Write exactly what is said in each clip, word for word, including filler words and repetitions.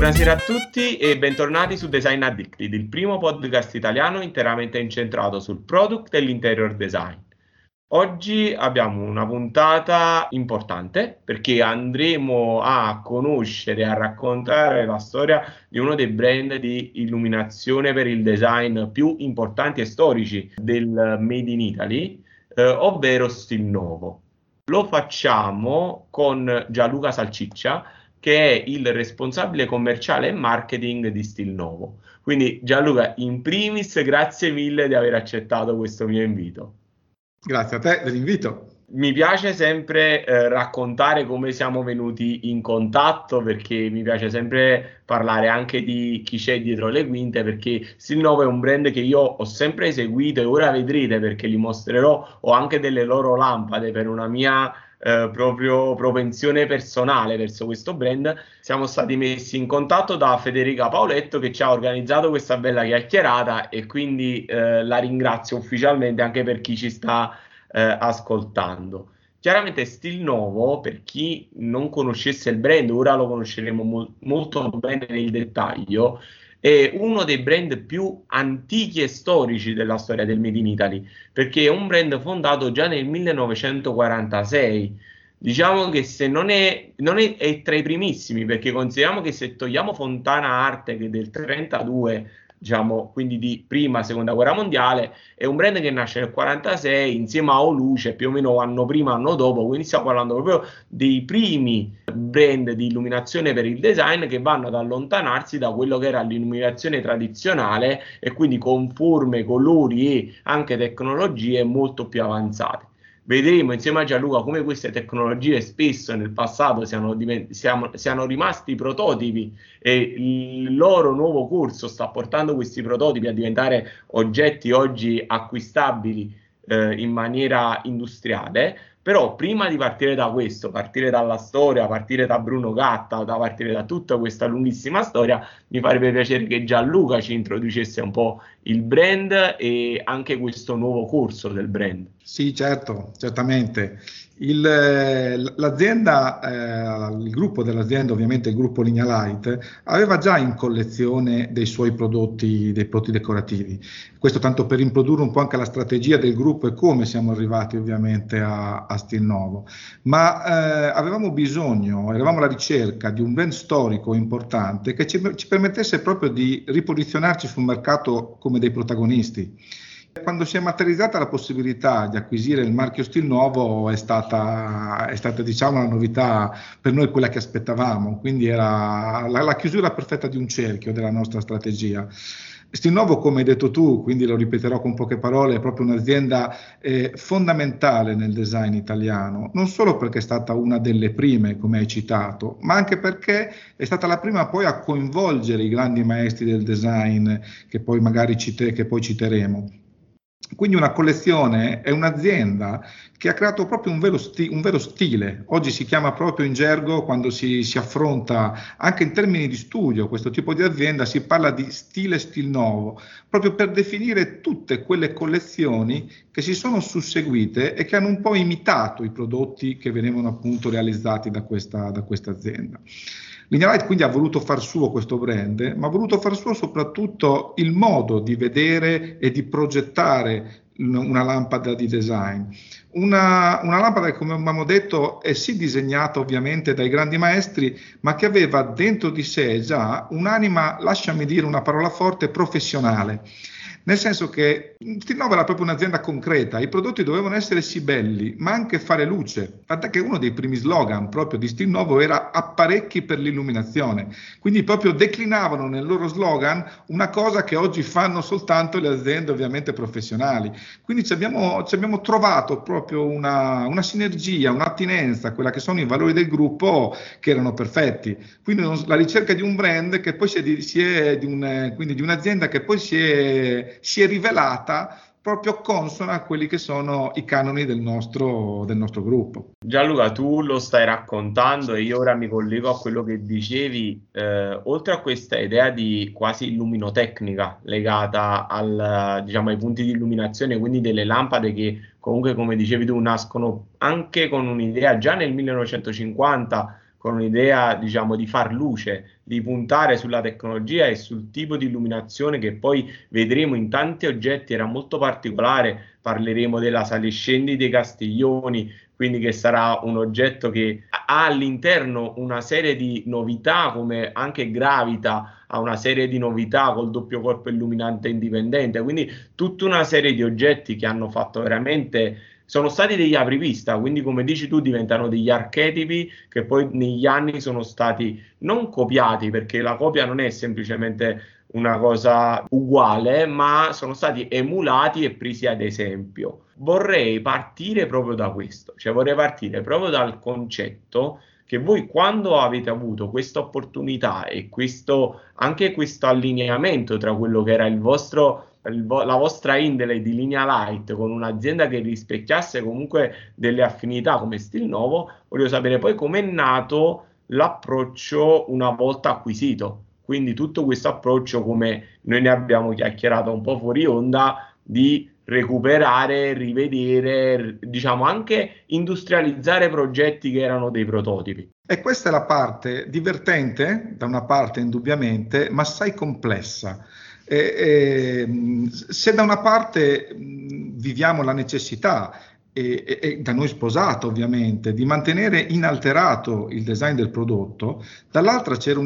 Buonasera a tutti e bentornati su Design Addicted, il primo podcast italiano interamente incentrato sul product e l'interior design. Oggi abbiamo una puntata importante perché andremo a conoscere e a raccontare la storia di uno dei brand di illuminazione per il design più importanti e storici del Made in Italy, eh, ovvero Stilnovo. Lo facciamo con Gianluca Salciccia, che è il responsabile commerciale e marketing di Stilnovo. Quindi Gianluca, in primis, grazie mille di aver accettato questo mio invito. Grazie a te dell'invito. Mi piace sempre eh, raccontare come siamo venuti in contatto, perché mi piace sempre parlare anche di chi c'è dietro le quinte, perché Stilnovo è un brand che io ho sempre seguito e ora vedrete, perché li mostrerò, ho anche delle loro lampade per una mia eh, proprio propensione personale verso questo brand. Siamo stati messi in contatto da Federica Paoletto, che ci ha organizzato questa bella chiacchierata, e quindi eh, la ringrazio ufficialmente anche per chi ci sta Eh, ascoltando. Chiaramente Stilnovo, per chi non conoscesse il brand, ora lo conosceremo mol- molto bene nel dettaglio, è uno dei brand più antichi e storici della storia del Made in Italy, perché è un brand fondato già nel millenovecentoquarantasei. Diciamo che se non è, non è, è tra i primissimi, perché consideriamo che se togliamo Fontana Arte, che è del trentadue, diciamo, quindi di prima seconda guerra mondiale, è un brand che nasce nel quarantasei insieme a Oluce, più o meno anno prima, anno dopo, quindi stiamo parlando proprio dei primi brand di illuminazione per il design che vanno ad allontanarsi da quello che era l'illuminazione tradizionale, e quindi con forme, colori e anche tecnologie molto più avanzate. Vedremo insieme a Gianluca come queste tecnologie spesso nel passato siano, divent- siamo, siano rimasti prototipi, e il loro nuovo corso sta portando questi prototipi a diventare oggetti oggi acquistabili eh, in maniera industriale. Però prima di partire da questo, partire dalla storia, partire da Bruno Gatta, da partire da tutta questa lunghissima storia, mi farebbe piacere che Gianluca ci introducesse un po' il brand e anche questo nuovo corso del brand. Sì, certo, certamente. Il, l'azienda, eh, il gruppo dell'azienda, ovviamente il gruppo Linea Light, aveva già in collezione dei suoi prodotti, dei prodotti decorativi. Questo tanto per introdurre un po' anche la strategia del gruppo e come siamo arrivati ovviamente a, a Stilnovo. Ma eh, avevamo bisogno, eravamo alla ricerca di un brand storico importante che ci, ci permettesse proprio di riposizionarci sul mercato come dei protagonisti. Quando si è materializzata la possibilità di acquisire il marchio Stilnovo è stata, è stata diciamo la novità per noi, quella che aspettavamo, quindi era la, la chiusura perfetta di un cerchio della nostra strategia. Stilnovo, come hai detto tu, quindi lo ripeterò con poche parole, è proprio un'azienda eh, fondamentale nel design italiano, non solo perché è stata una delle prime, come hai citato, ma anche perché è stata la prima poi a coinvolgere i grandi maestri del design che poi magari cite, che poi citeremo. Quindi una collezione è un'azienda che ha creato proprio un vero, sti- un vero stile. Oggi si chiama proprio in gergo, quando si, si affronta anche in termini di studio questo tipo di azienda, si parla di stile Stilnovo, proprio per definire tutte quelle collezioni che si sono susseguite e che hanno un po' imitato i prodotti che venivano appunto realizzati da questa, da questa azienda. Linea Light quindi ha voluto far suo questo brand, ma ha voluto far suo soprattutto il modo di vedere e di progettare una lampada di design. Una, una lampada che, come abbiamo detto, è sì disegnata ovviamente dai grandi maestri, ma che aveva dentro di sé già un'anima, lasciami dire una parola forte, professionale. Nel senso che Stilnovo era proprio un'azienda concreta, i prodotti dovevano essere sì belli, ma anche fare luce. Tant'è che uno dei primi slogan proprio di Stilnovo era apparecchi per l'illuminazione. Quindi proprio declinavano nel loro slogan una cosa che oggi fanno soltanto le aziende ovviamente professionali. Quindi ci abbiamo, ci abbiamo trovato proprio una, una sinergia, un'attinenza, quella che sono i valori del gruppo che erano perfetti. Quindi la ricerca di un brand che poi si è, si è di, un, quindi di un'azienda che poi si è si è rivelata proprio consona a quelli che sono i canoni del nostro, del nostro gruppo. Gianluca, tu lo stai raccontando e io ora mi collego a quello che dicevi, eh, oltre a questa idea di quasi illuminotecnica legata al, diciamo, ai punti di illuminazione, quindi delle lampade che comunque, come dicevi tu, nascono anche con un'idea già nel millenovecentocinquanta, con un'idea, diciamo, di far luce, di puntare sulla tecnologia e sul tipo di illuminazione che poi vedremo in tanti oggetti. Era molto particolare, parleremo della Salescendi dei Castiglioni, quindi che sarà un oggetto che ha all'interno una serie di novità, come anche Gravita ha una serie di novità col doppio corpo illuminante indipendente, quindi tutta una serie di oggetti che hanno fatto veramente, sono stati degli apripista, quindi come dici tu diventano degli archetipi che poi negli anni sono stati non copiati, perché la copia non è semplicemente una cosa uguale, ma sono stati emulati e presi ad esempio. Vorrei partire proprio da questo, cioè vorrei partire proprio dal concetto che voi, quando avete avuto questa opportunità e questo, anche questo allineamento tra quello che era il vostro, il vo- la vostra indole di Linea Light con un'azienda che rispecchiasse comunque delle affinità come Stilnovo, voglio sapere poi com'è nato l'approccio una volta acquisito. Quindi tutto questo approccio, come noi ne abbiamo chiacchierato un po' fuori onda, di recuperare, rivedere, diciamo anche industrializzare progetti che erano dei prototipi. E questa è la parte divertente, da una parte indubbiamente, ma assai complessa. E, e, se da una parte mh, viviamo la necessità, e, e, e da noi sposata ovviamente, di mantenere inalterato il design del prodotto, dall'altra c'era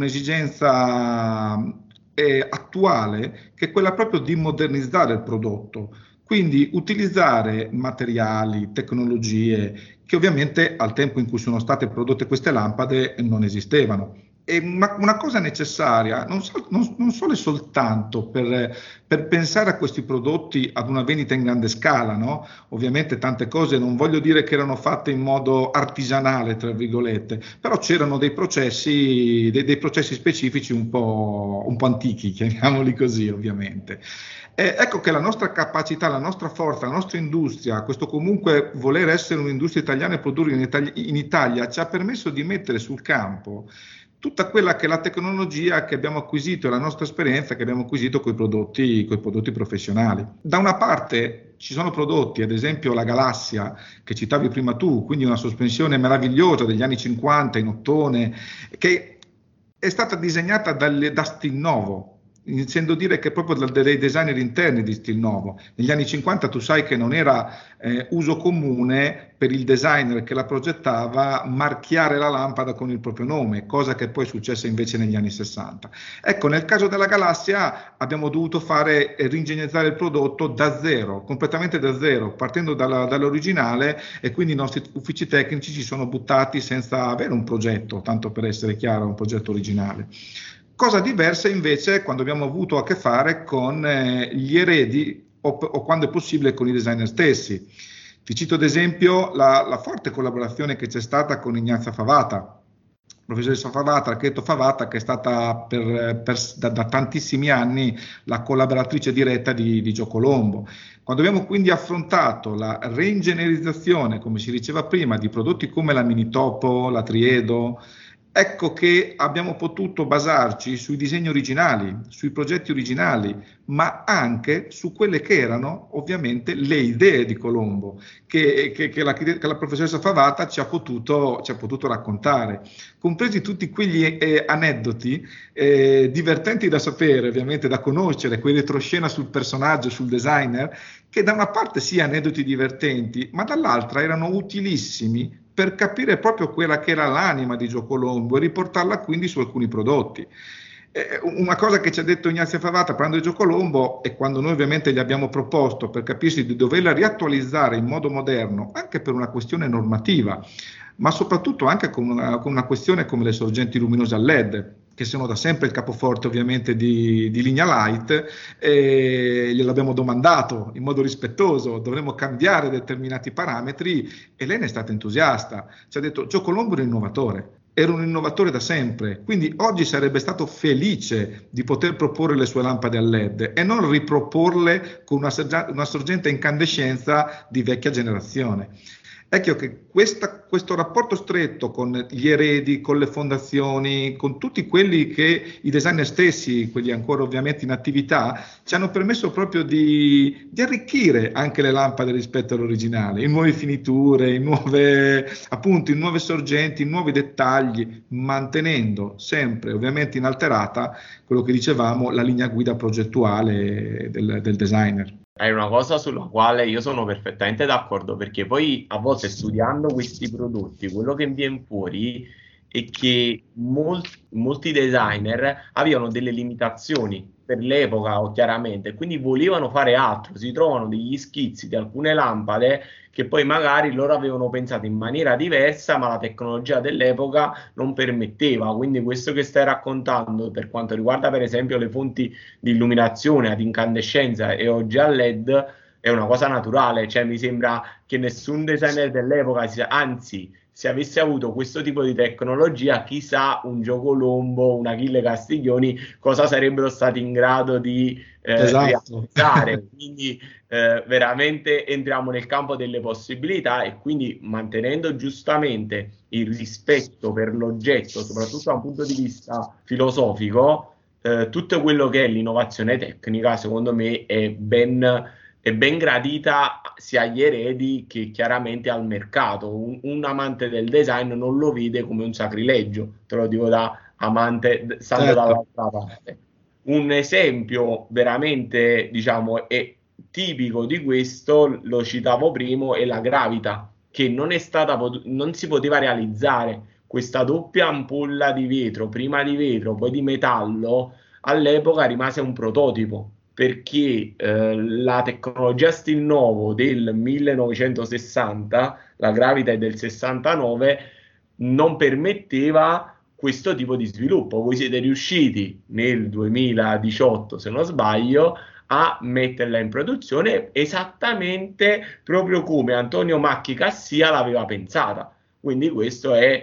un'esigenza eh, attuale, che è quella proprio di modernizzare il prodotto. Quindi utilizzare materiali, tecnologie che ovviamente al tempo in cui sono state prodotte queste lampade non esistevano. È una, una cosa necessaria, non, so, non, non solo e soltanto per, per pensare a questi prodotti ad una vendita in grande scala, no? Ovviamente tante cose non voglio dire che erano fatte in modo artigianale, tra virgolette, però c'erano dei processi, dei, dei processi specifici un po', un po' antichi, chiamiamoli così ovviamente. Eh, ecco che la nostra capacità, la nostra forza, la nostra industria, questo comunque voler essere un'industria italiana e produrre in Italia, in Italia ci ha permesso di mettere sul campo tutta quella che è la tecnologia che abbiamo acquisito e la nostra esperienza che abbiamo acquisito con i prodotti, coi prodotti professionali. Da una parte ci sono prodotti, ad esempio la Galassia, che citavi prima tu, quindi una sospensione meravigliosa degli anni cinquanta in ottone, che è stata disegnata dal, da Stilnovo, iniziando a dire che proprio dei designer interni di Stilnovo. Negli anni cinquanta tu sai che non era eh, uso comune per il designer che la progettava marchiare la lampada con il proprio nome, cosa che poi è successa invece negli anni sessanta. Ecco, nel caso della Galassia abbiamo dovuto fare e ringegnerizzare il prodotto da zero, completamente da zero, partendo dalla, dall'originale, e quindi i nostri uffici tecnici ci sono buttati senza avere un progetto, tanto per essere chiaro, un progetto originale. Cosa diversa invece quando abbiamo avuto a che fare con eh, gli eredi o, o quando è possibile con i designer stessi. Ti cito ad esempio la, la forte collaborazione che c'è stata con Ignazia Favata, professoressa Favata, architetto Favata, che è stata per, per, da, da tantissimi anni la collaboratrice diretta di, di Giocolombo. Quando abbiamo quindi affrontato la reingegnerizzazione, come si diceva prima, di prodotti come la Minitopo, la Triedo, ecco che abbiamo potuto basarci sui disegni originali, sui progetti originali, ma anche su quelle che erano ovviamente le idee di Colombo, che, che, che, la, che la professoressa Favata ci ha potuto, ci ha potuto raccontare, compresi tutti quegli eh, aneddoti eh, divertenti da sapere, ovviamente da conoscere, quei retroscena sul personaggio, sul designer, che da una parte sì aneddoti divertenti, ma dall'altra erano utilissimi per capire proprio quella che era l'anima di Giocolombo e riportarla quindi su alcuni prodotti. Eh, una cosa che ci ha detto Ignazia Favata parlando di Giocolombo, e quando noi ovviamente gli abbiamo proposto per capirsi di doverla riattualizzare in modo moderno, anche per una questione normativa, ma soprattutto anche con una, con una questione come le sorgenti luminose a L E D, che sono da sempre il capoforte ovviamente di, di Linea Light, e gliel'abbiamo domandato in modo rispettoso, dovremmo cambiare determinati parametri, e lei ne è stata entusiasta. Ci ha detto: Giocolombo è un innovatore, era un innovatore da sempre, quindi oggi sarebbe stato felice di poter proporre le sue lampade a L E D e non riproporle con una, una sorgente a incandescenza di vecchia generazione. È chiaro che questa, questo rapporto stretto con gli eredi, con le fondazioni, con tutti quelli che i designer stessi, quelli ancora ovviamente in attività, ci hanno permesso proprio di, di arricchire anche le lampade rispetto all'originale, in nuove finiture, in nuove, appunto, in nuove sorgenti, in nuovi dettagli, mantenendo sempre ovviamente inalterata quello che dicevamo, la linea guida progettuale del, del designer. È una cosa sulla quale io sono perfettamente d'accordo, perché poi a volte studiando questi prodotti, quello che viene fuori è che mol- molti designer avevano delle limitazioni per l'epoca, o chiaramente, quindi volevano fare altro, si trovano degli schizzi di alcune lampade che poi magari loro avevano pensato in maniera diversa, ma la tecnologia dell'epoca non permetteva. Quindi questo che stai raccontando per quanto riguarda per esempio le fonti di illuminazione ad incandescenza e oggi a L E D è una cosa naturale, cioè mi sembra che nessun designer dell'epoca, sia, anzi, se avesse avuto questo tipo di tecnologia, chissà un Giocolombo, un Achille Castiglioni, cosa sarebbero stati in grado di eh, Esatto. realizzare. Quindi eh, veramente entriamo nel campo delle possibilità e quindi mantenendo giustamente il rispetto per l'oggetto, soprattutto da un punto di vista filosofico, eh, tutto quello che è l'innovazione tecnica, secondo me, è ben è ben gradita sia agli eredi che chiaramente al mercato. Un, un amante del design non lo vede come un sacrilegio, te lo dico da amante, stando Certo. dall'altra parte. Un esempio veramente, diciamo, è tipico di questo, lo citavo prima, è la gravita, che non è stata pot- non si poteva realizzare questa doppia ampolla di vetro, prima di vetro, poi di metallo, all'epoca rimase un prototipo perché eh, la tecnologia Stilnovo del millenovecentosessanta, la Gravita è del sessantanove, non permetteva questo tipo di sviluppo. Voi siete riusciti nel duemiladiciotto, se non sbaglio, a metterla in produzione esattamente proprio come Antonio Macchi Cassia l'aveva pensata. Quindi questo è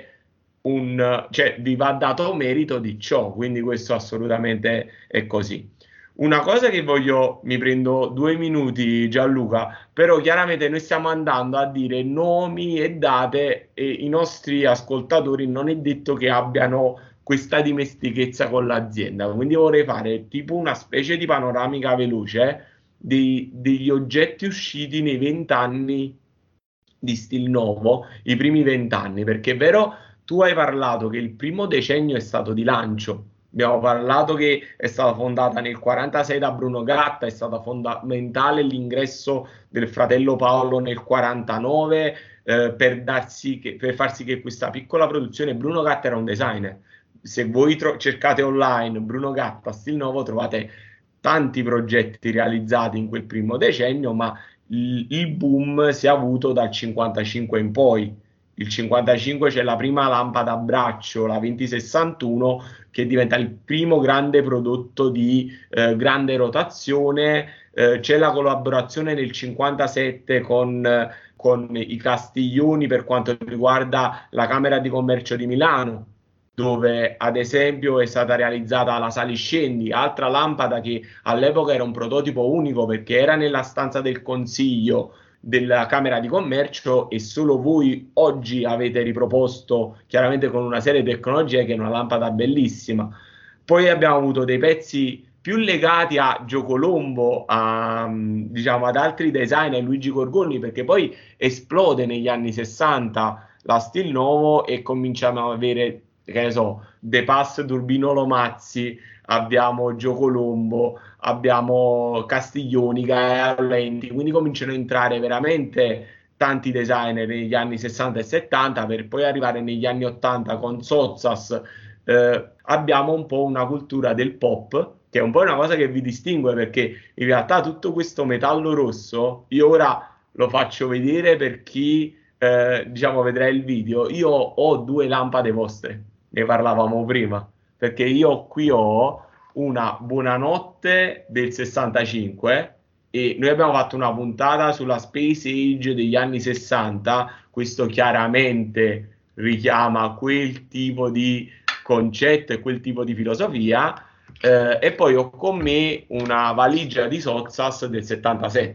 un, cioè vi va dato merito di ciò, quindi questo assolutamente è così. Una cosa che voglio, mi prendo due minuti Gianluca, però chiaramente noi stiamo andando a dire nomi e date e i nostri ascoltatori non è detto che abbiano questa dimestichezza con l'azienda, quindi vorrei fare tipo una specie di panoramica veloce di- degli oggetti usciti nei vent'anni di Stilnovo, i primi vent'anni, perché è vero, tu hai parlato che il primo decennio è stato di lancio. Abbiamo parlato che è stata fondata nel quarantasei da Bruno Gatta, è stata fondamentale l'ingresso del fratello Paolo nel quarantanove eh, per, darsi che, per far sì che questa piccola produzione, Bruno Gatta era un designer. Se voi tro- cercate online Bruno Gatta, Stilnovo, trovate tanti progetti realizzati in quel primo decennio, ma il, il boom si è avuto dal cinquantacinque in poi. Il cinquantacinque c'è la prima lampada a braccio, la venti sessantuno, che diventa il primo grande prodotto di eh, grande rotazione. Eh, c'è la collaborazione nel cinquantasette con, eh, con i Castiglioni per quanto riguarda la Camera di Commercio di Milano, dove ad esempio è stata realizzata la Saliscendi, altra lampada che all'epoca era un prototipo unico perché era nella stanza del consiglio della Camera di Commercio e solo voi oggi avete riproposto chiaramente con una serie di tecnologie che è una lampada bellissima. Poi abbiamo avuto dei pezzi più legati a Giocolombo, a, diciamo, ad altri designer, Luigi Gorgoni, perché poi esplode negli anni sessanta la Stilnovo e cominciamo ad avere, che ne so, De Pass, Durbino Lomazzi, abbiamo Giocolombo, abbiamo Castiglioni, Gaia Lenti, quindi cominciano a entrare veramente tanti designer negli anni sessanta e settanta per poi arrivare negli anni ottanta con Sozzas. Eh, abbiamo un po' una cultura del pop, che è un po' una cosa che vi distingue perché in realtà tutto questo metallo rosso, io ora lo faccio vedere per chi eh, diciamo vedrà il video, io ho due lampade vostre, ne parlavamo prima, perché io qui ho una Buonanotte del sessantacinque e noi abbiamo fatto una puntata sulla Space Age degli anni sessanta, questo chiaramente richiama quel tipo di concetto e quel tipo di filosofia, eh, e poi ho con me una valigia di Sozzas del settantasette,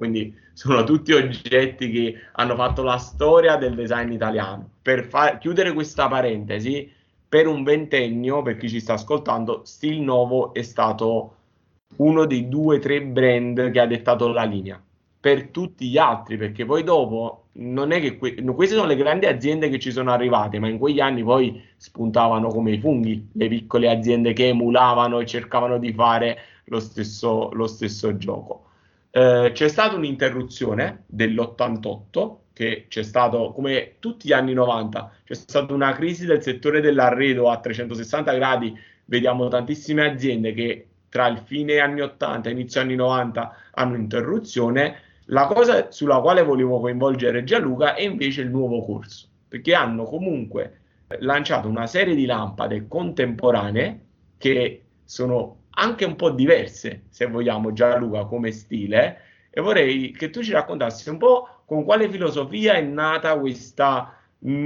quindi sono tutti oggetti che hanno fatto la storia del design italiano. Per fa- chiudere questa parentesi, per un ventennio, per chi ci sta ascoltando, Stil Novo è stato uno dei due o tre brand che ha dettato la linea per tutti gli altri, perché poi dopo non è che que- no, queste sono le grandi aziende che ci sono arrivate, ma in quegli anni poi spuntavano come i funghi le piccole aziende che emulavano e cercavano di fare lo stesso, lo stesso gioco. Eh, c'è stata un'interruzione dell'ottantotto, che c'è stato, come tutti gli anni novanta, c'è stata una crisi del settore dell'arredo a trecentosessanta gradi. Vediamo tantissime aziende che tra il fine anni ottanta e inizio anni novanta hanno interruzione. La cosa sulla quale volevo coinvolgere Gianluca è invece il nuovo corso, perché hanno comunque lanciato una serie di lampade contemporanee che sono anche un po' diverse, se vogliamo, Gianluca, come stile, e vorrei che tu ci raccontassi un po' con quale filosofia è nata questa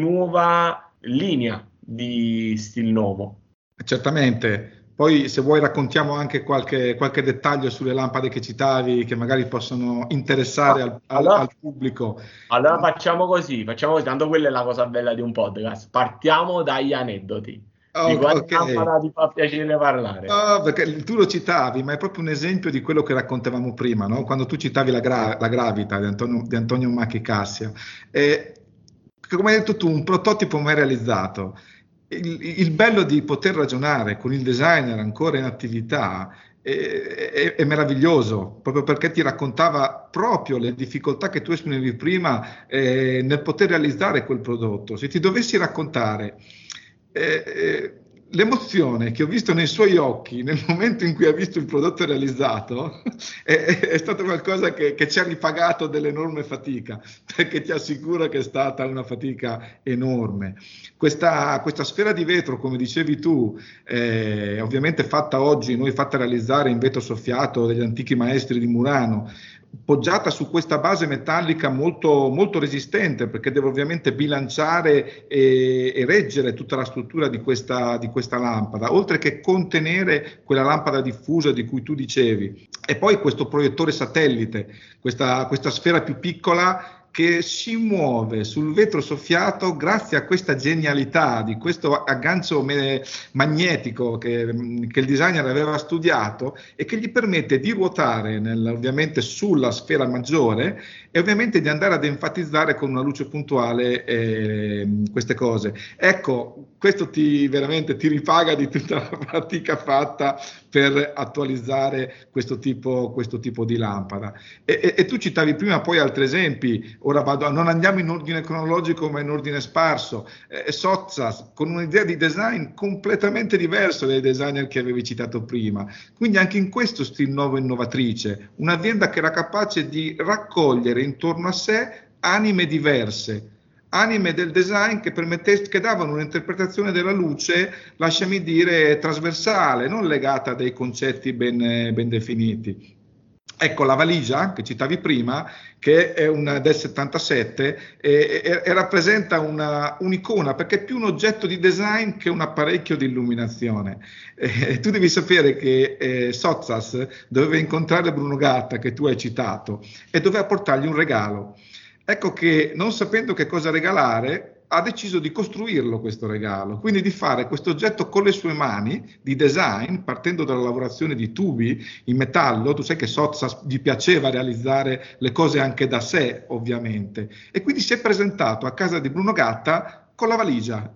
nuova linea di Stil Novo. Certamente. Poi se vuoi raccontiamo anche qualche, qualche dettaglio sulle lampade che citavi che magari possono interessare al, al, Allora, al pubblico. allora facciamo così, facciamo così, tanto quella è la cosa bella di un podcast. Partiamo dagli aneddoti. Di Oh, quale ok. lampada ti fa piacere parlare? Oh, perché tu lo citavi, ma è proprio un esempio di quello che raccontavamo prima, no? Quando tu citavi la, gra- la Gravita di Antonio, di Antonio Macchi Cassia. E, come hai detto tu, un prototipo mai realizzato. Il, il bello di poter ragionare con il designer ancora in attività è, è- è meraviglioso, proprio perché ti raccontava proprio le difficoltà che tu esprimevi prima eh, nel poter realizzare quel prodotto. Se ti dovessi raccontare eh, eh, l'emozione che ho visto nei suoi occhi nel momento in cui ha visto il prodotto realizzato è, è stato qualcosa che, che ci ha ripagato dell'enorme fatica, perché ti assicuro che è stata una fatica enorme. Questa, questa sfera di vetro, come dicevi tu, eh, ovviamente fatta oggi, noi fatta realizzare in vetro soffiato dagli antichi maestri di Murano, poggiata su questa base metallica molto, molto resistente, perché deve ovviamente bilanciare e, e reggere tutta la struttura di questa, di questa lampada, oltre che contenere quella lampada diffusa di cui tu dicevi. E poi questo proiettore satellite, questa, questa sfera più piccola che si muove sul vetro soffiato grazie a questa genialità di questo aggancio me- magnetico che, che il designer aveva studiato e che gli permette di ruotare nel, ovviamente sulla sfera maggiore e ovviamente di andare ad enfatizzare con una luce puntuale eh, queste cose. Ecco, questo ti veramente ti ripaga di tutta la fatica fatta per attualizzare questo tipo, questo tipo di lampada. E, e, e tu citavi prima poi altri esempi. Ora vado, non andiamo in ordine cronologico ma in ordine sparso. Eh, Sozzas con un'idea di design completamente diversa dai designer che avevi citato prima. Quindi anche in questo Stil Novo innovatrice, un'azienda che era capace di raccogliere intorno a sé anime diverse, anime del design che, che davano un'interpretazione della luce, lasciami dire, trasversale, non legata a dei concetti ben, ben definiti. Ecco, la valigia che citavi prima, che è una del settantasette, e, e, e rappresenta una, un'icona, perché è più un oggetto di design che un apparecchio di illuminazione. Eh, tu devi sapere che eh, Sozzas doveva incontrare Bruno Gatta, che tu hai citato, e doveva portargli un regalo. Ecco che, non sapendo che cosa regalare, ha deciso di costruirlo questo regalo, quindi di fare questo oggetto con le sue mani, di design, partendo dalla lavorazione di tubi in metallo. Tu sai che Sozzas gli piaceva realizzare le cose anche da sé, ovviamente, e quindi si è presentato a casa di Bruno Gatta con la valigia,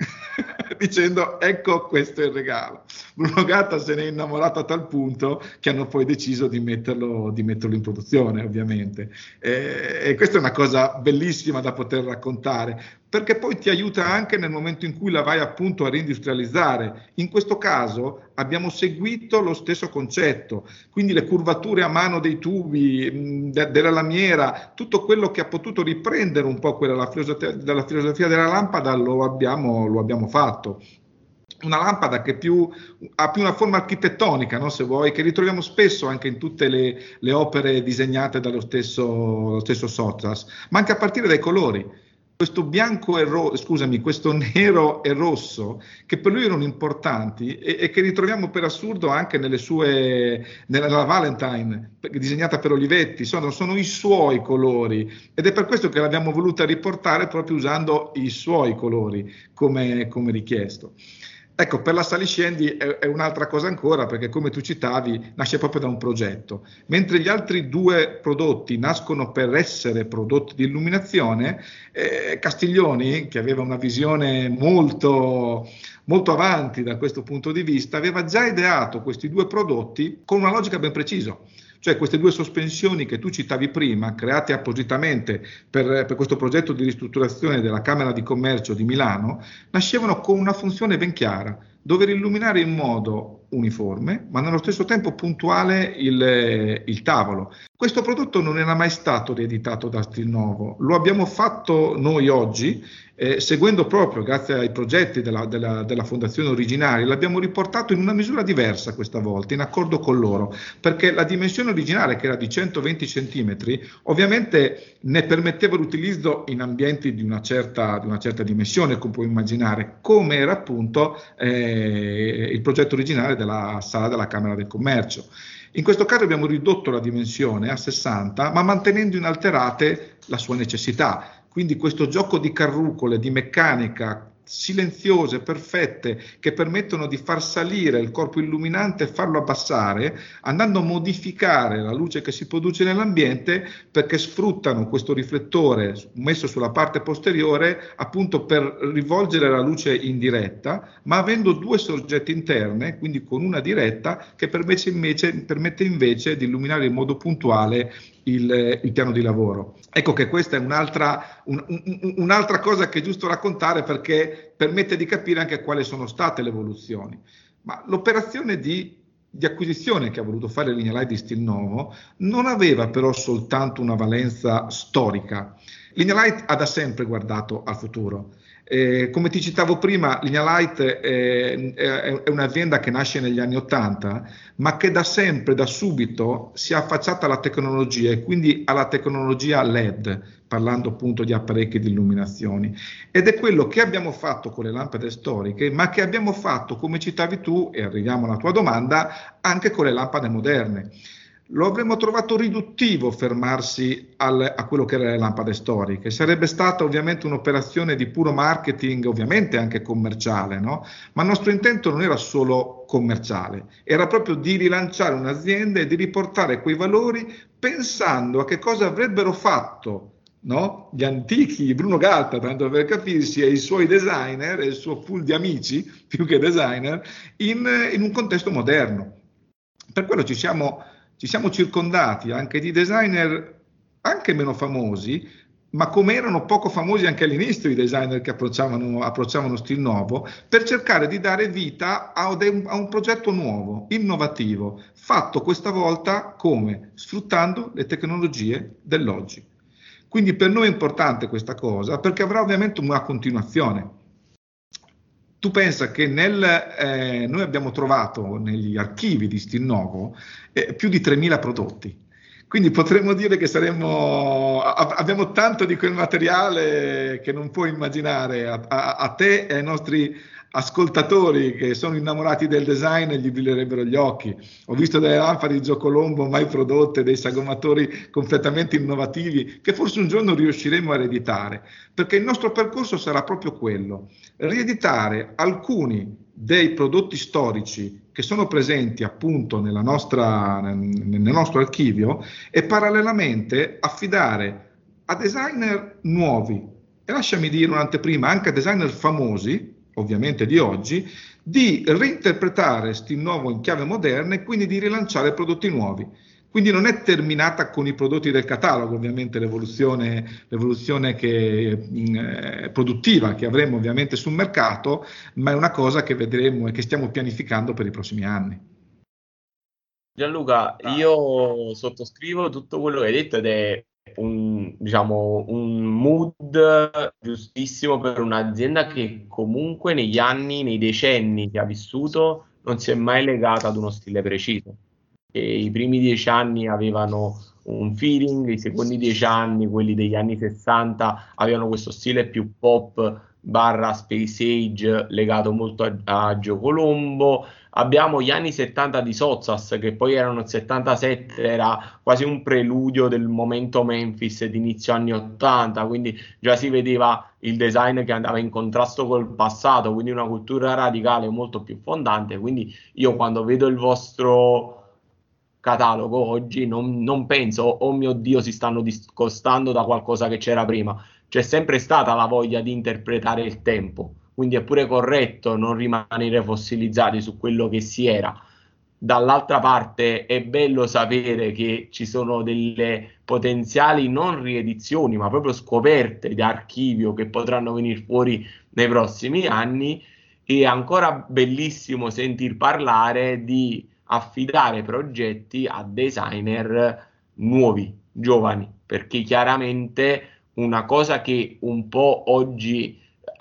dicendo ecco questo è il regalo. Bruno Gatta se ne è innamorato a tal punto che hanno poi deciso di metterlo, di metterlo in produzione, ovviamente. E, e questa è una cosa bellissima da poter raccontare, perché poi ti aiuta anche nel momento in cui la vai appunto a reindustrializzare. In questo caso abbiamo seguito lo stesso concetto, quindi le curvature a mano dei tubi, mh, de- della lamiera, tutto quello che ha potuto riprendere un po' quella la filosofia, della filosofia della lampada lo abbiamo, lo abbiamo fatto. Una lampada che più, ha più una forma architettonica, no, se vuoi, che ritroviamo spesso anche in tutte le, le opere disegnate dallo stesso, lo stesso Sozzas, ma anche a partire dai colori. questo bianco e rosso, scusami, questo nero e rosso, che per lui erano importanti e, e che ritroviamo per assurdo anche nelle sue, nella Valentine, disegnata per Olivetti, sono, sono i suoi colori, ed è per questo che l'abbiamo voluta riportare proprio usando i suoi colori come, come richiesto. Ecco, per la Saliscendi è, è un'altra cosa ancora, perché come tu citavi nasce proprio da un progetto, mentre gli altri due prodotti nascono per essere prodotti di illuminazione. eh, Castiglioni, che aveva una visione molto, molto avanti da questo punto di vista, aveva già ideato questi due prodotti con una logica ben precisa. Cioè queste due sospensioni che tu citavi prima, create appositamente per, per questo progetto di ristrutturazione della Camera di Commercio di Milano, nascevano con una funzione ben chiara: dover illuminare in modo uniforme, ma nello stesso tempo puntuale il, il tavolo. Questo prodotto non era mai stato rieditato da Stilnovo, lo abbiamo fatto noi oggi, eh, seguendo proprio, grazie ai progetti della, della, della fondazione originaria, l'abbiamo riportato in una misura diversa questa volta, in accordo con loro, perché la dimensione originale, che era di centoventi centimetri, ovviamente ne permetteva l'utilizzo in ambienti di una certa, di una certa dimensione, come puoi immaginare, come era appunto eh, il progetto originale della sala della Camera del Commercio. In questo caso abbiamo ridotto la dimensione a sessanta, ma mantenendo inalterate la sua necessità. Quindi questo gioco di carrucole, di meccanica silenziose, perfette, che permettono di far salire il corpo illuminante e farlo abbassare, andando a modificare la luce che si produce nell'ambiente, perché sfruttano questo riflettore messo sulla parte posteriore appunto per rivolgere la luce in diretta, ma avendo due sorgenti interne, quindi con una diretta, che permette invece, permette invece di illuminare in modo puntuale il, il piano di lavoro. Ecco che questa è un'altra, un, un, un'altra cosa che è giusto raccontare, perché permette di capire anche quali sono state le evoluzioni. Ma l'operazione di, di acquisizione che ha voluto fare Lignalite di Stilnovo non aveva però soltanto una valenza storica. Lignalite ha da sempre guardato al futuro. Eh, come ti citavo prima, Lignalite è, è, è un'azienda che nasce negli anni Ottanta, ma che da sempre, da subito, si è affacciata alla tecnologia, e quindi alla tecnologia L E D, parlando appunto di apparecchi di illuminazione. Ed è quello che abbiamo fatto con le lampade storiche, ma che abbiamo fatto, come citavi tu, e arriviamo alla tua domanda, anche con le lampade moderne. Lo avremmo trovato riduttivo fermarsi al, a quello che erano le lampade storiche. Sarebbe stata ovviamente un'operazione di puro marketing, ovviamente anche commerciale, no? Ma il nostro intento non era solo commerciale, era proprio di rilanciare un'azienda e di riportare quei valori, pensando a che cosa avrebbero fatto, no? Gli antichi, Bruno Gatta, tanto per capirsi, e i suoi designer, e il suo pool di amici, più che designer, in, in un contesto moderno. Per quello ci siamo... Ci siamo circondati anche di designer anche meno famosi, ma come erano poco famosi anche all'inizio i designer che approcciavano, approcciavano Stilnovo, per cercare di dare vita a, de, a un progetto nuovo, innovativo, fatto questa volta come? Sfruttando le tecnologie dell'oggi. Quindi per noi è importante questa cosa, perché avrà ovviamente una continuazione. Tu pensa che nel, eh, noi abbiamo trovato negli archivi di Stilnovo eh, più di tremila prodotti, quindi potremmo dire che saremmo, a, abbiamo tanto di quel materiale che non puoi immaginare. A, a, a te e ai nostri ascoltatori che sono innamorati del design gli brillerebbero gli occhi. Ho visto delle lampade di Gio Colombo mai prodotte, dei sagomatori completamente innovativi che forse un giorno riusciremo a ereditare, perché il nostro percorso sarà proprio quello: rieditare alcuni dei prodotti storici che sono presenti appunto nella nostra, nel nostro archivio, e parallelamente affidare a designer nuovi, e lasciami dire un'anteprima, anche a designer famosi, ovviamente di oggi, di reinterpretare Stilnovo in chiave moderna e quindi di rilanciare prodotti nuovi. Quindi non è terminata con i prodotti del catalogo, ovviamente, l'evoluzione, l'evoluzione che, eh, produttiva che avremo ovviamente sul mercato, ma è una cosa che vedremo e che stiamo pianificando per i prossimi anni. Gianluca, io sottoscrivo tutto quello che hai detto ed è un, diciamo, un mood giustissimo per un'azienda che comunque negli anni, nei decenni che ha vissuto, non si è mai legata ad uno stile preciso. E i primi dieci anni avevano un feeling. I secondi dieci anni, quelli degli anni sessanta, avevano questo stile più pop barra space age legato molto a, a Gio Colombo. Abbiamo gli anni settanta di Sozzas, che poi erano il settantasette, era quasi un preludio del momento Memphis di inizio anni ottanta, quindi già si vedeva il design che andava in contrasto col passato, quindi una cultura radicale molto più fondante. Quindi io quando vedo il vostro catalogo oggi non, non penso, oh mio Dio, si stanno discostando da qualcosa che c'era prima. C'è sempre stata la voglia di interpretare il tempo, quindi è pure corretto non rimanere fossilizzati su quello che si era. Dall'altra parte è bello sapere che ci sono delle potenziali non riedizioni, ma proprio scoperte di archivio che potranno venire fuori nei prossimi anni. E è ancora bellissimo sentir parlare di affidare progetti a designer nuovi, giovani, perché chiaramente una cosa che un po' oggi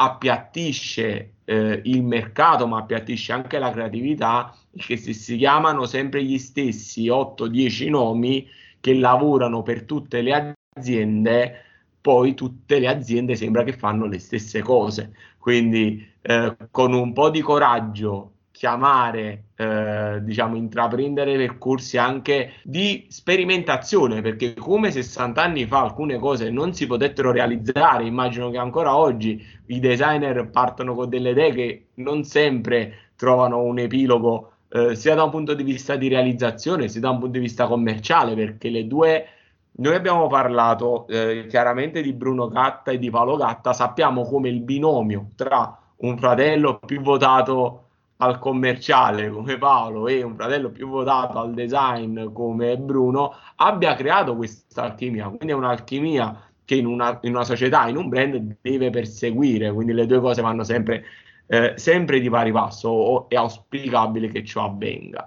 appiattisce eh, il mercato, ma appiattisce anche la creatività, è che se si chiamano sempre gli stessi otto dieci nomi che lavorano per tutte le aziende, poi tutte le aziende sembra che fanno le stesse cose. Quindi eh, con un po' di coraggio chiamare, eh, diciamo, intraprendere percorsi anche di sperimentazione, perché come sessanta anni fa alcune cose non si potettero realizzare, immagino che ancora oggi i designer partono con delle idee che non sempre trovano un epilogo, eh, sia da un punto di vista di realizzazione, sia da un punto di vista commerciale, perché le due... Noi abbiamo parlato eh, chiaramente di Bruno Gatta e di Paolo Gatta, sappiamo come il binomio tra un fratello più votato al commerciale come Paolo e un fratello più votato al design come Bruno abbia creato questa alchimia. Quindi è un'alchimia che in una, in una società, in un brand deve perseguire, quindi le due cose vanno sempre, eh, sempre di pari passo, o è auspicabile che ciò avvenga.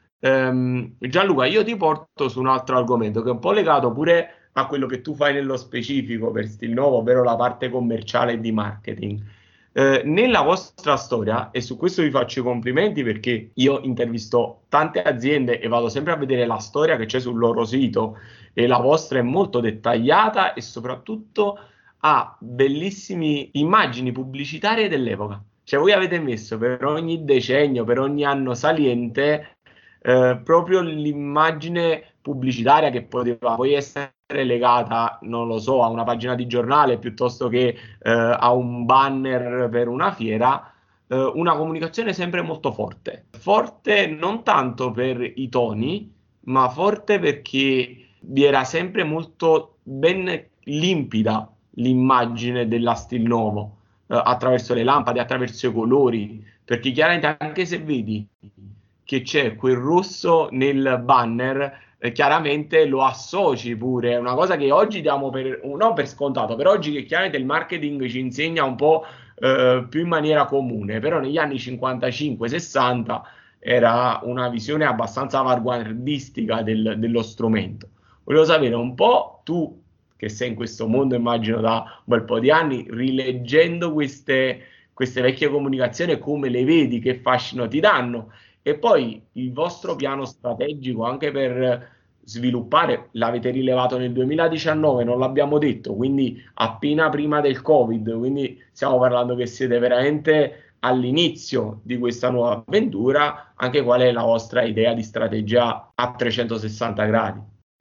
Um, Gianluca, io ti porto su un altro argomento che è un po' legato pure a quello che tu fai nello specifico per Stilnovo, ovvero la parte commerciale e di marketing. Eh, nella vostra storia, e su questo vi faccio i complimenti perché io intervisto tante aziende e vado sempre a vedere la storia che c'è sul loro sito, e la vostra è molto dettagliata e soprattutto ha bellissime immagini pubblicitarie dell'epoca. Cioè voi avete messo per ogni decennio, per ogni anno saliente, eh, proprio l'immagine pubblicitaria che poteva poi essere legata, non lo so, a una pagina di giornale piuttosto che eh, a un banner per una fiera, eh, una comunicazione sempre molto forte. Forte non tanto per i toni, ma forte perché vi era sempre molto ben limpida l'immagine della Stilnovo, eh, attraverso le lampade, attraverso i colori, perché chiaramente anche se vedi che c'è quel rosso nel banner, eh, chiaramente lo associ pure, è una cosa che oggi diamo per, non per scontato, per oggi che chiaramente il marketing ci insegna un po' eh, più in maniera comune, però negli anni cinquantacinque sessanta era una visione abbastanza avanguardistica del, dello strumento. Volevo sapere un po' tu, che sei in questo mondo immagino da un bel po' di anni, rileggendo queste, queste vecchie comunicazioni, come le vedi, che fascino ti danno, e poi il vostro piano strategico anche per sviluppare, l'avete rilevato nel duemiladiciannove, non l'abbiamo detto, quindi appena prima del Covid, quindi stiamo parlando che siete veramente all'inizio di questa nuova avventura. Anche qual è la vostra idea di strategia a trecentosessanta gradi?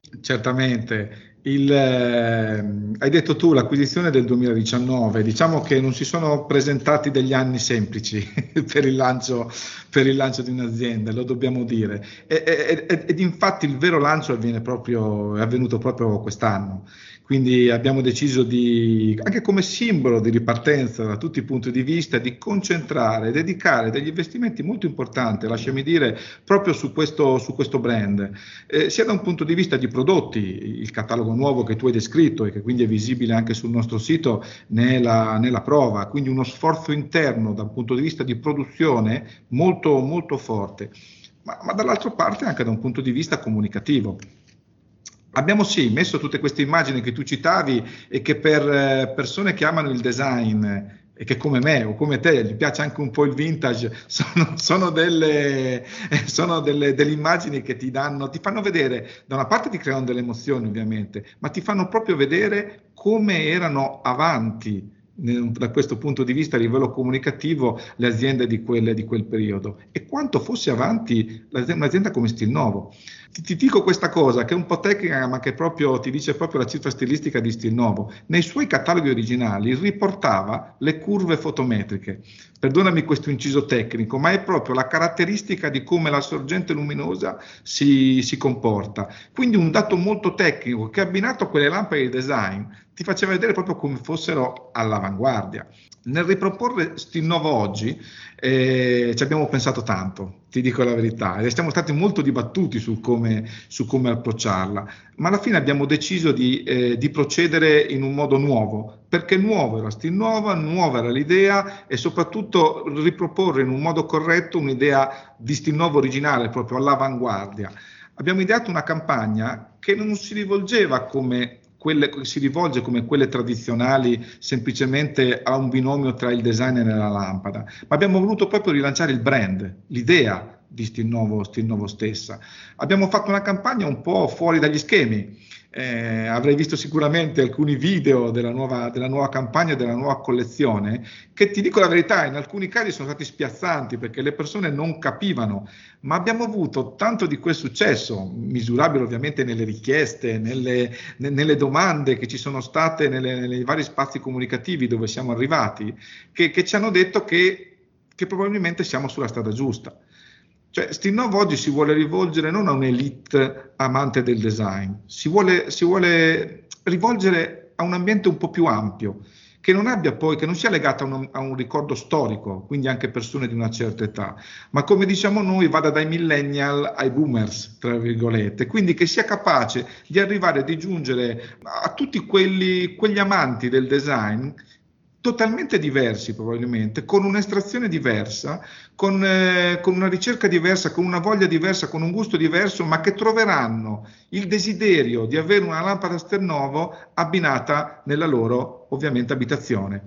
Certamente. Il, eh, hai detto tu l'acquisizione del duemiladiciannove, diciamo che non si sono presentati degli anni semplici per il lancio, per il lancio di un'azienda, lo dobbiamo dire, e, e, ed infatti il vero lancio avviene proprio, è avvenuto proprio quest'anno. Quindi abbiamo deciso di, anche come simbolo di ripartenza da tutti i punti di vista, di concentrare, dedicare degli investimenti molto importanti, lasciami dire, proprio su questo, su questo brand, eh, sia da un punto di vista di prodotti, il catalogo nuovo che tu hai descritto e che quindi è visibile anche sul nostro sito nella, nella prova, quindi uno sforzo interno dal punto di vista di produzione molto, molto forte, ma, ma dall'altra parte anche da un punto di vista comunicativo. Abbiamo sì messo tutte queste immagini che tu citavi e che per persone che amano il design e che come me o come te gli piace anche un po' il vintage, sono, sono, delle, sono delle, delle immagini che ti danno, ti fanno vedere, da una parte ti creano delle emozioni ovviamente, ma ti fanno proprio vedere come erano avanti da questo punto di vista a livello comunicativo le aziende di quel, di quel periodo, e quanto fosse avanti un'azienda come Stilnovo. Ti, ti dico questa cosa che è un po' tecnica, ma che proprio ti dice proprio la cifra stilistica di Stilnovo. Nei suoi cataloghi originali riportava le curve fotometriche. Perdonami questo inciso tecnico, ma è proprio la caratteristica di come la sorgente luminosa si, si comporta. Quindi un dato molto tecnico che, abbinato a quelle lampade di design, ti faceva vedere proprio come fossero all'avanguardia. Nel riproporre Stilnovo oggi eh, ci abbiamo pensato tanto, ti dico la verità, e siamo stati molto dibattuti su come, su come approcciarla, ma alla fine abbiamo deciso di, eh, di procedere in un modo nuovo, perché nuovo era Stilnovo, nuova era l'idea, e soprattutto riproporre in un modo corretto un'idea di Stilnovo originale, proprio all'avanguardia. Abbiamo ideato una campagna che non si rivolgeva come quelle, si rivolge come quelle tradizionali semplicemente a un binomio tra il designer e la lampada, ma abbiamo voluto proprio rilanciare il brand, l'idea di Stilnovo, Stilnovo stessa. Abbiamo fatto una campagna un po' fuori dagli schemi. Eh, avrei visto sicuramente alcuni video della nuova, della nuova campagna, della nuova collezione, che, ti dico la verità, in alcuni casi sono stati spiazzanti perché le persone non capivano, ma abbiamo avuto tanto di quel successo, misurabile ovviamente nelle richieste, nelle, nelle domande che ci sono state nelle, nei vari spazi comunicativi dove siamo arrivati, che, che ci hanno detto che, che probabilmente siamo sulla strada giusta. Cioè, Stilnovo oggi si vuole rivolgere non a un'elite amante del design, si vuole, si vuole rivolgere a un ambiente un po' più ampio, che non abbia poi, che non sia legato a un, a un ricordo storico, quindi anche persone di una certa età, ma come diciamo noi vada dai millennial ai boomers, tra virgolette, quindi che sia capace di arrivare, di giungere a tutti quelli, quegli amanti del design totalmente diversi probabilmente, con un'estrazione diversa, con, eh, con una ricerca diversa, con una voglia diversa, con un gusto diverso, ma che troveranno il desiderio di avere una lampada Stilnovo abbinata nella loro, ovviamente, abitazione.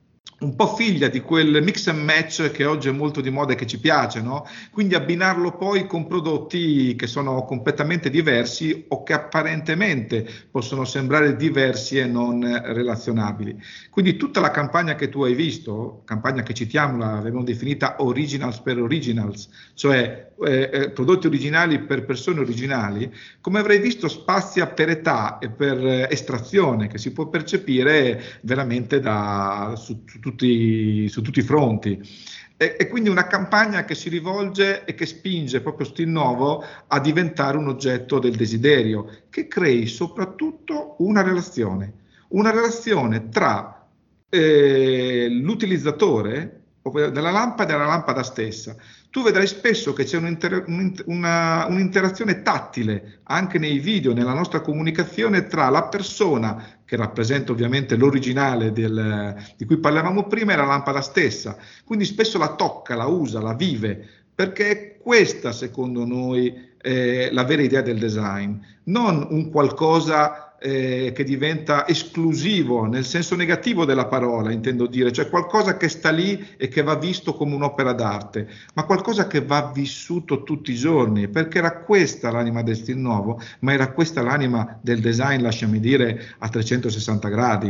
Un po' figlia di quel mix and match che oggi è molto di moda e che ci piace, no? Quindi abbinarlo poi con prodotti che sono completamente diversi o che apparentemente possono sembrare diversi e non relazionabili. Quindi tutta la campagna che tu hai visto, campagna che citiamo, l'abbiamo definita Originals per Originals, cioè eh, eh, prodotti originali per persone originali, come avrai visto spazia per età e per eh, estrazione, che si può percepire veramente da, su, su Tutti, su tutti i fronti, e, e quindi una campagna che si rivolge e che spinge proprio Stilnovo a diventare un oggetto del desiderio, che crei soprattutto una relazione, una relazione tra eh, l'utilizzatore della lampada e la lampada stessa. Tu vedrai spesso che c'è un'inter- una, un'interazione tattile anche nei video, nella nostra comunicazione, tra la persona che rappresenta ovviamente l'originale del, di cui parlavamo prima, e la lampada stessa. Quindi spesso la tocca, la usa, la vive, perché è questa, secondo noi, eh, la vera idea del design, non un qualcosa Eh, che diventa esclusivo nel senso negativo della parola, intendo dire, cioè qualcosa che sta lì e che va visto come un'opera d'arte, ma qualcosa che va vissuto tutti i giorni, perché era questa l'anima del Stilnovo, ma era questa l'anima del design, lasciami dire, a trecentosessanta gradi.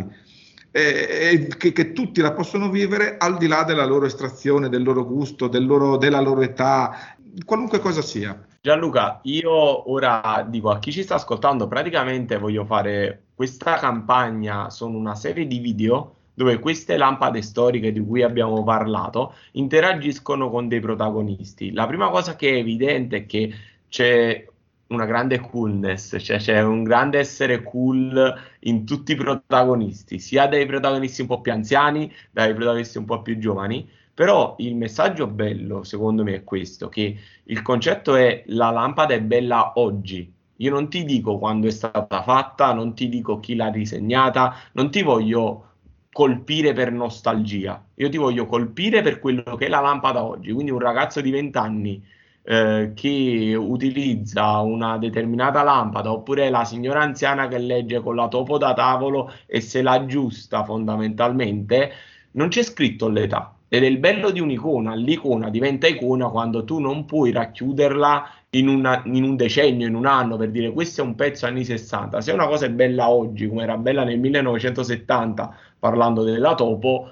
Eh, che, che tutti la possono vivere al di là della loro estrazione, del loro gusto, del loro, della loro età, qualunque cosa sia. Gianluca, io ora dico a chi ci sta ascoltando, praticamente voglio fare questa campagna, sono una serie di video dove queste lampade storiche di cui abbiamo parlato interagiscono con dei protagonisti. La prima cosa che è evidente è che c'è una grande coolness, cioè c'è un grande essere cool in tutti i protagonisti, sia dai protagonisti un po' più anziani, dai protagonisti un po' più giovani. Però il messaggio bello, secondo me, è questo, che il concetto è: la lampada è bella oggi. Io non ti dico quando è stata fatta, non ti dico chi l'ha disegnata, non ti voglio colpire per nostalgia. Io ti voglio colpire per quello che è la lampada oggi. Quindi un ragazzo di venti anni eh, che utilizza una determinata lampada, oppure la signora anziana che legge con la topo da tavolo e se la aggiusta fondamentalmente, non c'è scritto l'età. Ed è il bello di un'icona, l'icona diventa icona quando tu non puoi racchiuderla in, una, in un decennio, in un anno, per dire questo è un pezzo anni sessanta. Se una cosa è bella oggi, come era bella nel millenovecentosettanta, parlando della Topo,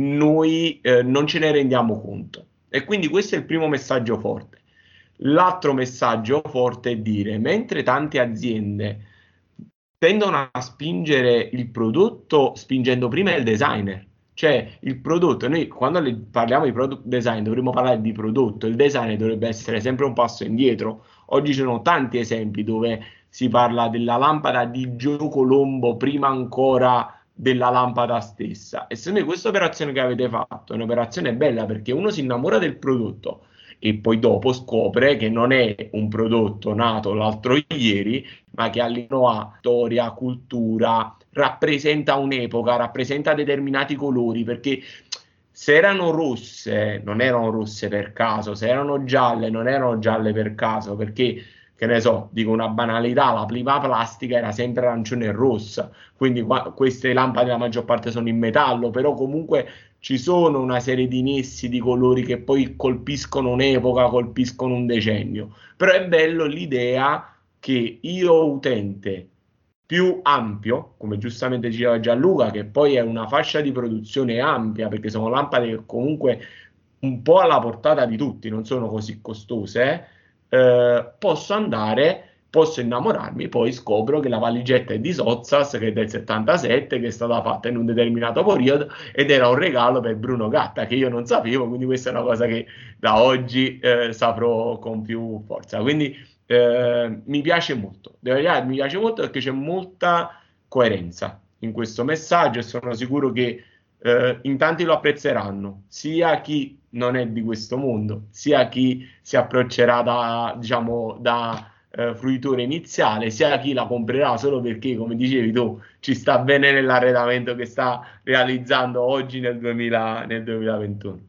noi eh, non ce ne rendiamo conto. E quindi questo è il primo messaggio forte. L'altro messaggio forte è dire, mentre tante aziende tendono a spingere il prodotto spingendo prima il designer, cioè il prodotto, noi quando le- parliamo di product design dovremmo parlare di prodotto, il design dovrebbe essere sempre un passo indietro. Oggi ci sono tanti esempi dove si parla della lampada di Gio Colombo prima ancora della lampada stessa. E secondo me questa operazione che avete fatto è un'operazione bella perché uno si innamora del prodotto e poi dopo scopre che non è un prodotto nato l'altro ieri, ma che all'interno ha storia, cultura, rappresenta un'epoca, rappresenta determinati colori, perché se erano rosse, non erano rosse per caso, se erano gialle, non erano gialle per caso, perché, che ne so, dico una banalità, la prima plastica era sempre arancione e rossa, quindi qua, queste lampade la maggior parte sono in metallo, però comunque ci sono una serie di nessi di colori che poi colpiscono un'epoca, colpiscono un decennio, però è bello l'idea che io utente più ampio, come giustamente diceva Gianluca, che poi è una fascia di produzione ampia, perché sono lampade che comunque un po' alla portata di tutti, non sono così costose, eh, posso andare, posso innamorarmi, poi scopro che la valigetta è di Sozzas, che è del settantasette, che è stata fatta in un determinato periodo ed era un regalo per Bruno Gatta, che io non sapevo, quindi questa è una cosa che da oggi eh, saprò con più forza. Quindi eh, mi piace molto, devo dire, mi piace molto perché c'è molta coerenza in questo messaggio e sono sicuro che eh, in tanti lo apprezzeranno, sia chi non è di questo mondo, sia chi si approccerà da, diciamo, da eh, fruitore iniziale, sia chi la comprerà solo perché, come dicevi tu, ci sta bene nell'arredamento che sta realizzando oggi nel duemila, nel duemilaventuno.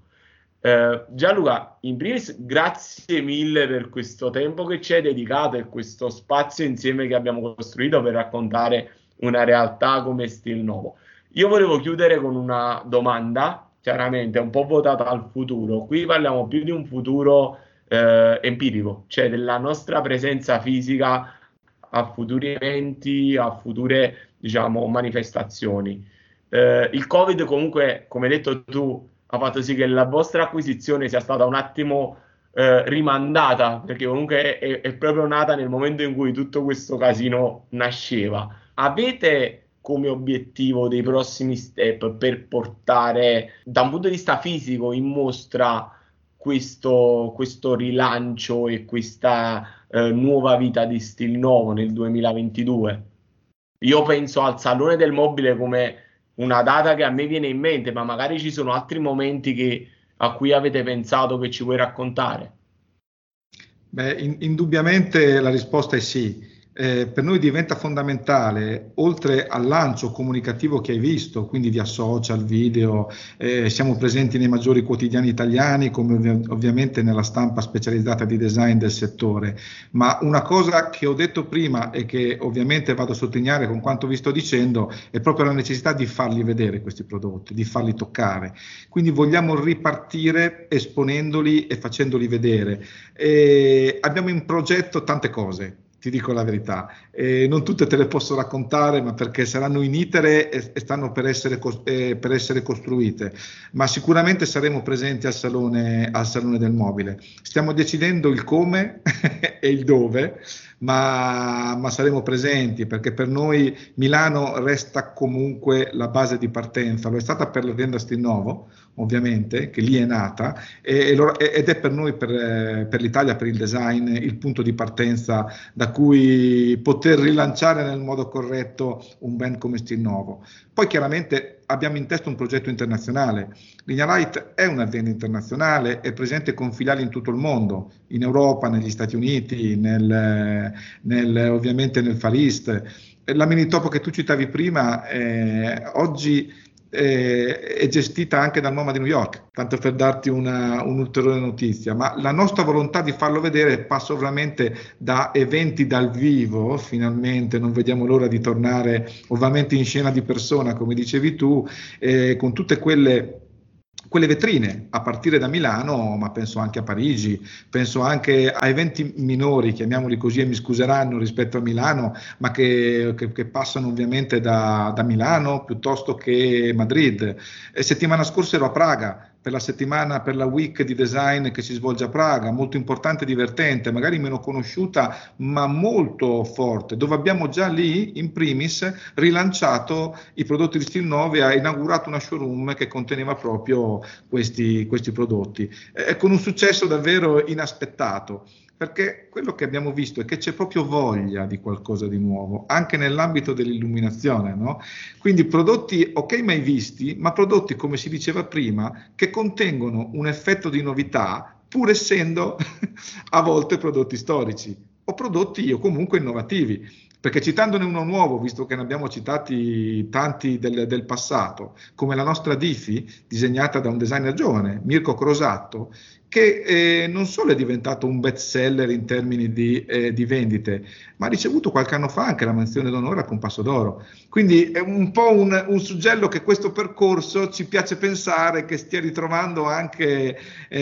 Eh, Gianluca, in primis, grazie mille per questo tempo che ci hai dedicato e questo spazio insieme che abbiamo costruito per raccontare una realtà come Stilnovo. Io volevo chiudere con una domanda, chiaramente un po' votata al futuro. Qui parliamo più di un futuro eh, empirico, cioè della nostra presenza fisica a futuri eventi, a future, diciamo, manifestazioni. Eh, il Covid comunque, come hai detto tu, ha fatto sì che la vostra acquisizione sia stata un attimo eh, rimandata, perché comunque è, è proprio nata nel momento in cui tutto questo casino nasceva. Avete come obiettivo dei prossimi step per portare da un punto di vista fisico in mostra questo, questo rilancio e questa eh, nuova vita di Stilnovo nel duemilaventidue? Io penso al Salone del Mobile come una data che a me viene in mente, ma magari ci sono altri momenti che, a cui avete pensato che ci vuoi raccontare. Beh, in- indubbiamente la risposta è sì. Eh, per noi diventa fondamentale, oltre al lancio comunicativo che hai visto, quindi via social, video, eh, siamo presenti nei maggiori quotidiani italiani, come ovvi- ovviamente nella stampa specializzata di design del settore. Ma una cosa che ho detto prima e che ovviamente vado a sottolineare con quanto vi sto dicendo è proprio la necessità di farli vedere questi prodotti, di farli toccare. Quindi vogliamo ripartire esponendoli e facendoli vedere. E abbiamo in progetto tante cose, ti dico la verità. Eh, non tutte te le posso raccontare, ma perché saranno in itere e, e stanno per essere, cos- eh, per essere costruite, ma sicuramente saremo presenti al salone, al Salone del Mobile. Stiamo decidendo il come e il dove, ma, ma saremo presenti perché per noi Milano resta comunque la base di partenza. Lo è stata per l'azienda Stilnovo, ovviamente, che lì è nata, e, e lo- ed è per noi, per, eh, per l'Italia, per il design, il punto di partenza da cui poter rilanciare nel modo corretto un brand come Stilnovo. Poi chiaramente abbiamo in testa un progetto internazionale. Lignalite è un'azienda internazionale, è presente con filiali in tutto il mondo, in Europa, negli Stati Uniti, nel, nel, ovviamente nel Far East. La Minitopo che tu citavi prima, eh, oggi eh, è gestita anche dal MoMA di New York, tanto per darti una, un'ulteriore notizia, ma la nostra volontà di farlo vedere passa ovviamente da eventi dal vivo, finalmente non vediamo l'ora di tornare ovviamente in scena di persona, come dicevi tu, eh, con tutte quelle quelle vetrine a partire da Milano, ma penso anche a Parigi, penso anche a eventi minori, chiamiamoli così e mi scuseranno rispetto a Milano, ma che, che, che passano ovviamente da, da Milano piuttosto che Madrid. E settimana scorsa ero a Praga per la settimana, per la week di design che si svolge a Praga, molto importante e divertente, magari meno conosciuta ma molto forte, dove abbiamo già lì in primis rilanciato i prodotti di Stilnovo e ha inaugurato una showroom che conteneva proprio questi, questi prodotti, eh, con un successo davvero inaspettato. Perché quello che abbiamo visto è che c'è proprio voglia di qualcosa di nuovo, anche nell'ambito dell'illuminazione, no? Quindi prodotti ok mai visti, ma prodotti, come si diceva prima, che contengono un effetto di novità, pur essendo a volte prodotti storici o prodotti o comunque innovativi. Perché citandone uno nuovo, visto che ne abbiamo citati tanti del, del passato, come la nostra Diffi, disegnata da un designer giovane, Mirko Crosatto, che eh, non solo è diventato un best seller in termini di, eh, di vendite, ma ha ricevuto qualche anno fa anche la menzione d'onore a Compasso d'Oro. Quindi è un po' un, un suggello che questo percorso ci piace pensare che stia ritrovando anche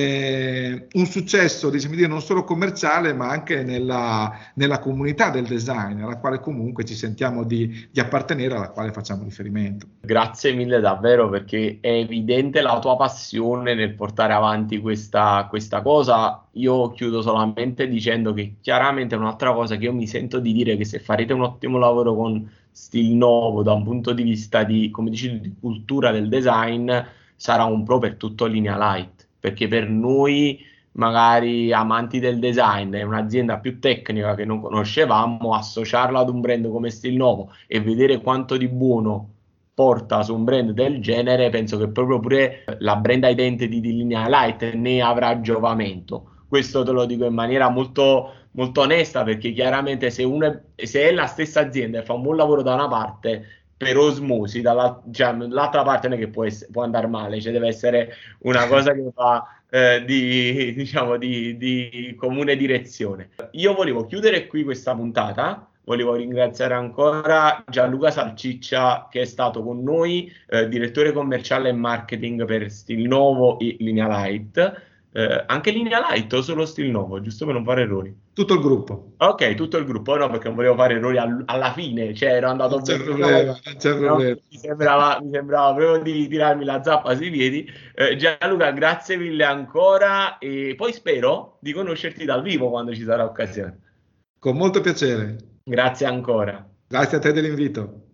eh, un successo, diciamo dire, non solo commerciale, ma anche nella, nella comunità del design, alla quale comunque ci sentiamo di, di appartenere, alla quale facciamo riferimento. Grazie mille davvero, perché è evidente la tua passione nel portare avanti questa, questa cosa. Io chiudo solamente dicendo che chiaramente è un'altra cosa che io mi sento di dire, che se farete un ottimo lavoro con Stilnovo da un punto di vista di, come dici, di cultura del design, sarà un pro per tutto Linea Light, perché per noi magari amanti del design è un'azienda più tecnica che non conoscevamo, associarla ad un brand come Stilnovo e vedere quanto di buono porta su un brand del genere, penso che proprio pure la brand identity di Linea Light ne avrà giovamento. Questo te lo dico in maniera molto, molto onesta, perché chiaramente se, uno è, se è la stessa azienda e fa un buon lavoro da una parte, per osmosi dalla, cioè, l'altra parte non è che può, ess- può andare male, cioè deve essere una cosa che fa eh, di, diciamo, di, di comune direzione. Io volevo chiudere qui questa puntata. Volevo ringraziare ancora Gianluca Salciccia, che è stato con noi, eh, direttore commerciale e marketing per Stilnovo e Linea Light. Eh, anche Linea Light o solo Stilnovo, giusto per non fare errori? Tutto il gruppo. Ok, tutto il gruppo, no, perché non volevo fare errori al- alla fine, cioè ero andato Non c'è bene, problema, non c'è no, problema. mi sembrava, mi sembrava proprio di tirarmi la zappa sui piedi. Eh, Gianluca, grazie mille ancora e poi spero di conoscerti dal vivo quando ci sarà occasione. Con molto piacere. Grazie ancora. Grazie a te dell'invito.